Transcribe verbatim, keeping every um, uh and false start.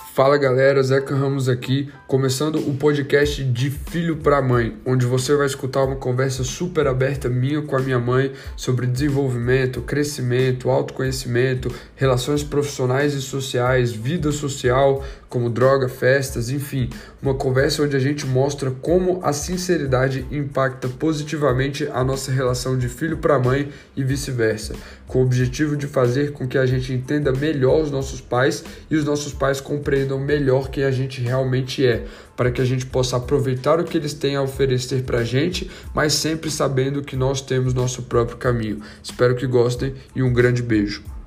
Fala galera, Zeca Ramos aqui, começando o podcast de Filho para Mãe, onde você vai escutar uma conversa super aberta minha com a minha mãe sobre desenvolvimento, crescimento, autoconhecimento, relações profissionais e sociais, vida social, como droga, festas, enfim, uma conversa onde a gente mostra como a sinceridade impacta positivamente a nossa relação de filho para mãe e vice-versa, com o objetivo de fazer com que a gente entenda melhor os nossos pais e os nossos pais compreendam melhor quem a gente realmente é, para que a gente possa aproveitar o que eles têm a oferecer para a gente, mas sempre sabendo que nós temos nosso próprio caminho. Espero que gostem e um grande beijo.